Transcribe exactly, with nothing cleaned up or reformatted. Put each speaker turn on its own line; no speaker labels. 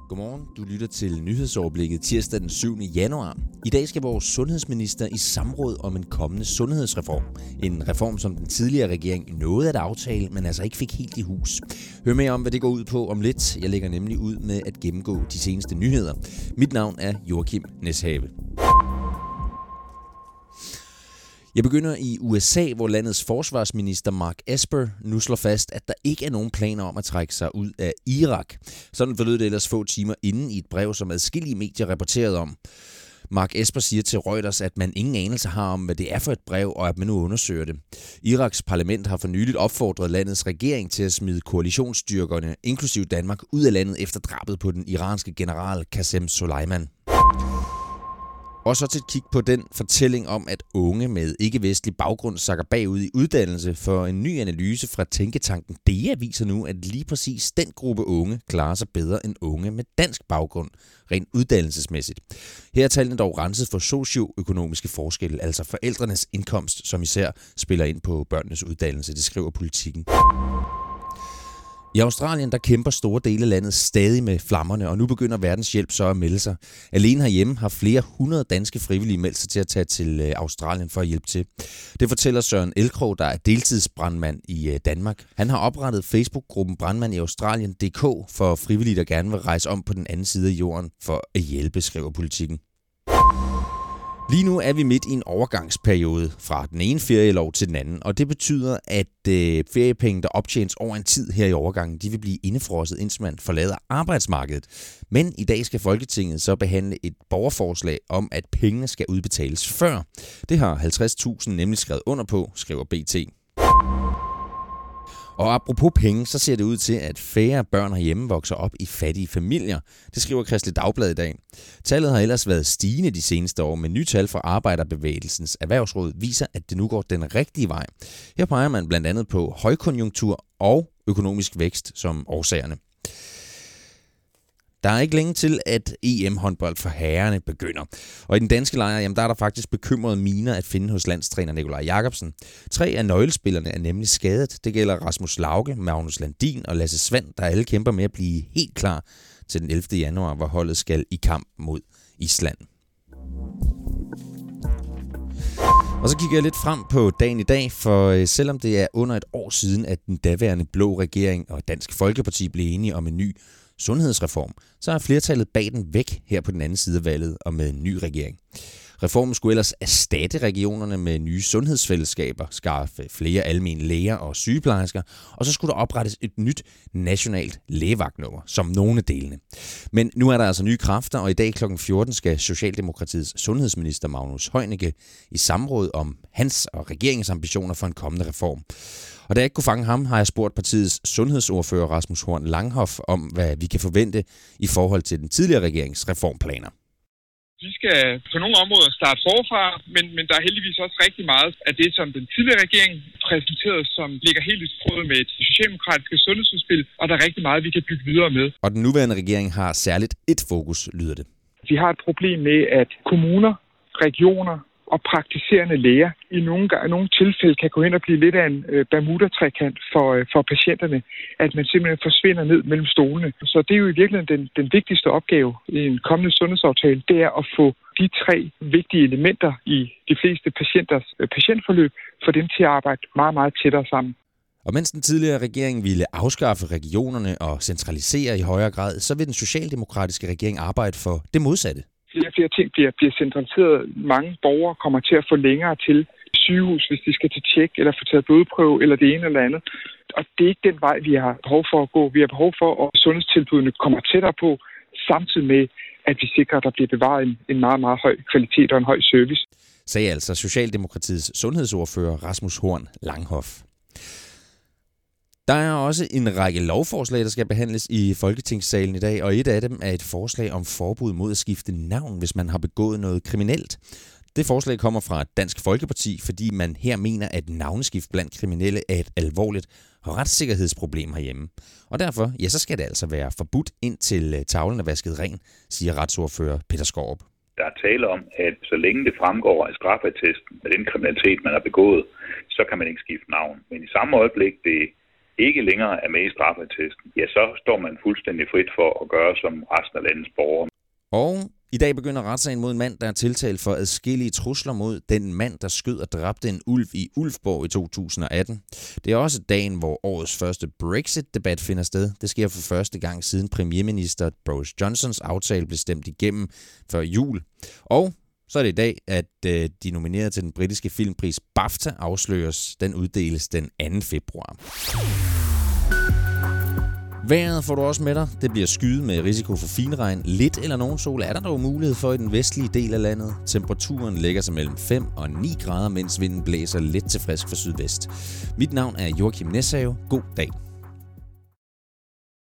Godmorgen, du lytter til nyhedsoverblikket tirsdag den syvende januar. I dag skal vores sundhedsminister i samråd om en kommende sundhedsreform. En reform, som den tidligere regering nåede at aftale, men altså ikke fik helt i hus. Hør mere om, hvad det går ud på om lidt. Jeg lægger nemlig ud med at gennemgå de seneste nyheder. Mit navn er Joachim Neshave. Jeg begynder i U S A, hvor landets forsvarsminister Mark Esper nu slår fast, at der ikke er nogen planer om at trække sig ud af Irak. Sådan forlød det ellers få timer inden i et brev, som adskillige medier rapporterede om. Mark Esper siger til Reuters, at man ingen anelse har om, hvad det er for et brev, og at man nu undersøger det. Iraks parlament har for nyligt opfordret landets regering til at smide koalitionsstyrkerne, inklusive Danmark, ud af landet efter drabet på den iranske general Qasem Soleimani. Og så til et kig på den fortælling om, at unge med ikke-vestlig baggrund sakker bagud i uddannelse, for en ny analyse fra tænketanken D E A viser nu, at lige præcis den gruppe unge klarer sig bedre end unge med dansk baggrund, rent uddannelsesmæssigt. Her er tallene dog renset for socioøkonomiske forskelle, altså forældrenes indkomst, som især spiller ind på børnenes uddannelse, det skriver Politikken. I Australien der kæmper store dele af landet stadig med flammerne, og nu begynder Verdens Hjælp så at melde sig. Alene herhjemme har flere hundrede danske frivillige meldt sig til at tage til Australien for at hjælpe til. Det fortæller Søren Elkrog, der er deltidsbrandmand i Danmark. Han har oprettet Facebook-gruppen Brandmand i Australien punktum d k for frivillige, der gerne vil rejse om på den anden side af jorden for at hjælpe, skriver Politikken. Lige nu er vi midt i en overgangsperiode fra den ene ferielov til den anden, og det betyder, at øh, feriepenge, der optjenes over en tid her i overgangen, de vil blive indefrosset, indtil man forlader arbejdsmarkedet. Men i dag skal Folketinget så behandle et borgerforslag om, at pengene skal udbetales før. Det har halvtreds tusind nemlig skrevet under på, skriver B T. Og apropos penge, så ser det ud til, at færre børn herhjemme vokser op i fattige familier. Det skriver Kristeligt Dagblad i dag. Tallet har ellers været stigende de seneste år, men nye tal fra Arbejderbevægelsens Erhvervsråd viser, at det nu går den rigtige vej. Her peger man blandt andet på højkonjunktur og økonomisk vækst som årsagerne. Der er ikke længe til, at E M-håndbold for herrerne begynder. Og i den danske lejr, jamen, der er der faktisk bekymrede miner at finde hos landstræner Nikolaj Jakobsen. Tre af nøglespillerne er nemlig skadet. Det gælder Rasmus Lauke, Magnus Landin og Lasse Svand, der alle kæmper med at blive helt klar til den ellevte januar, hvor holdet skal i kamp mod Island. Og så kigger jeg lidt frem på dagen i dag, for selvom det er under et år siden, at den daværende blå regering og Dansk Folkeparti blev enige om en ny sundhedsreform, så er flertallet bag den væk her på den anden side af valget og med en ny regering. Reformen skulle ellers erstatte regionerne med nye sundhedsfællesskaber, skaffe flere almene læger og sygeplejersker, og så skulle der oprettes et nyt nationalt lægevagtnummer, som nogle af delene. Men nu er der altså nye kræfter, og i dag klokken fjorten skal Socialdemokratiets sundhedsminister Magnus Heunicke i samråd om hans og regeringens ambitioner for en kommende reform. Og da jeg ikke kunne fange ham, har jeg spurgt partiets sundhedsordfører Rasmus Horn Langhoff om, hvad vi kan forvente i forhold til den tidligere regerings reformplaner.
Vi skal på nogle områder starte forfra, men, men der er heldigvis også rigtig meget af det, som den tidligere regering præsenterede, som ligger helt i tråd med et socialdemokratiske sundhedsudspil, og der er rigtig meget, vi kan bygge videre med.
Og den nuværende regering har særligt et fokus, lyder det.
Vi har et problem med, at kommuner, regioner og praktiserende læger i nogle, i nogle tilfælde kan gå hen og blive lidt af en øh, Bermuda-trekant for, øh, for patienterne, at man simpelthen forsvinder ned mellem stolene. Så det er jo i virkeligheden den, den vigtigste opgave i en kommende sundhedsaftale, det er at få de tre vigtige elementer i de fleste patienters øh, patientforløb, for dem til at arbejde meget, meget tættere sammen.
Og mens den tidligere regering ville afskaffe regionerne og centralisere i højere grad, så vil den socialdemokratiske regering arbejde for det modsatte.
Flere og flere ting bliver, bliver centraliseret. Mange borgere kommer til at få længere til sygehus, hvis de skal til tjek eller få taget blodprøve eller det ene eller andet. Og det er ikke den vej, vi har behov for at gå. Vi har behov for, at sundhedstilbudene kommer tættere på, samtidig med, at vi sikrer, at der bliver bevaret en, en meget, meget høj kvalitet og en høj service.
Sagde altså Socialdemokratiets sundhedsordfører Rasmus Horn Langhoff. Der er også en række lovforslag, der skal behandles i Folketingssalen i dag, og et af dem er et forslag om forbud mod at skifte navn, hvis man har begået noget kriminelt. Det forslag kommer fra Dansk Folkeparti, fordi man her mener, at navneskift blandt kriminelle er et alvorligt retssikkerhedsproblem herhjemme. Og derfor, ja, så skal det altså være forbudt indtil tavlen er vasket ren, siger retsordfører Peter Skaarup.
Der er tale om, at så længe det fremgår af straffeattesten med den kriminalitet, man har begået, så kan man ikke skifte navn. Men i samme øjeblik, det ikke længere er med i straffeattesten, ja, så står man fuldstændig frit for at gøre som resten af landets borgere.
Og i dag begynder retssagen mod en mand, der er tiltalt for adskillige trusler mod den mand, der skød og dræbte en ulv i Ulfborg i to tusind og atten. Det er også dagen, hvor årets første Brexit-debat finder sted. Det sker for første gang siden premierminister Boris Johnsons aftale blev stemt igennem før jul. Og så er det i dag, at øh, de nominerede til den britiske filmpris BAFTA afsløres. Den uddeles den anden februar. Vejret får du også med dig. Det bliver skyet med risiko for finregn. Lidt eller nogen sol er der dog mulighed for i den vestlige del af landet. Temperaturen ligger sig mellem fem og ni grader, mens vinden blæser lidt til frisk fra sydvest. Mit navn er Joachim Neshave. God dag.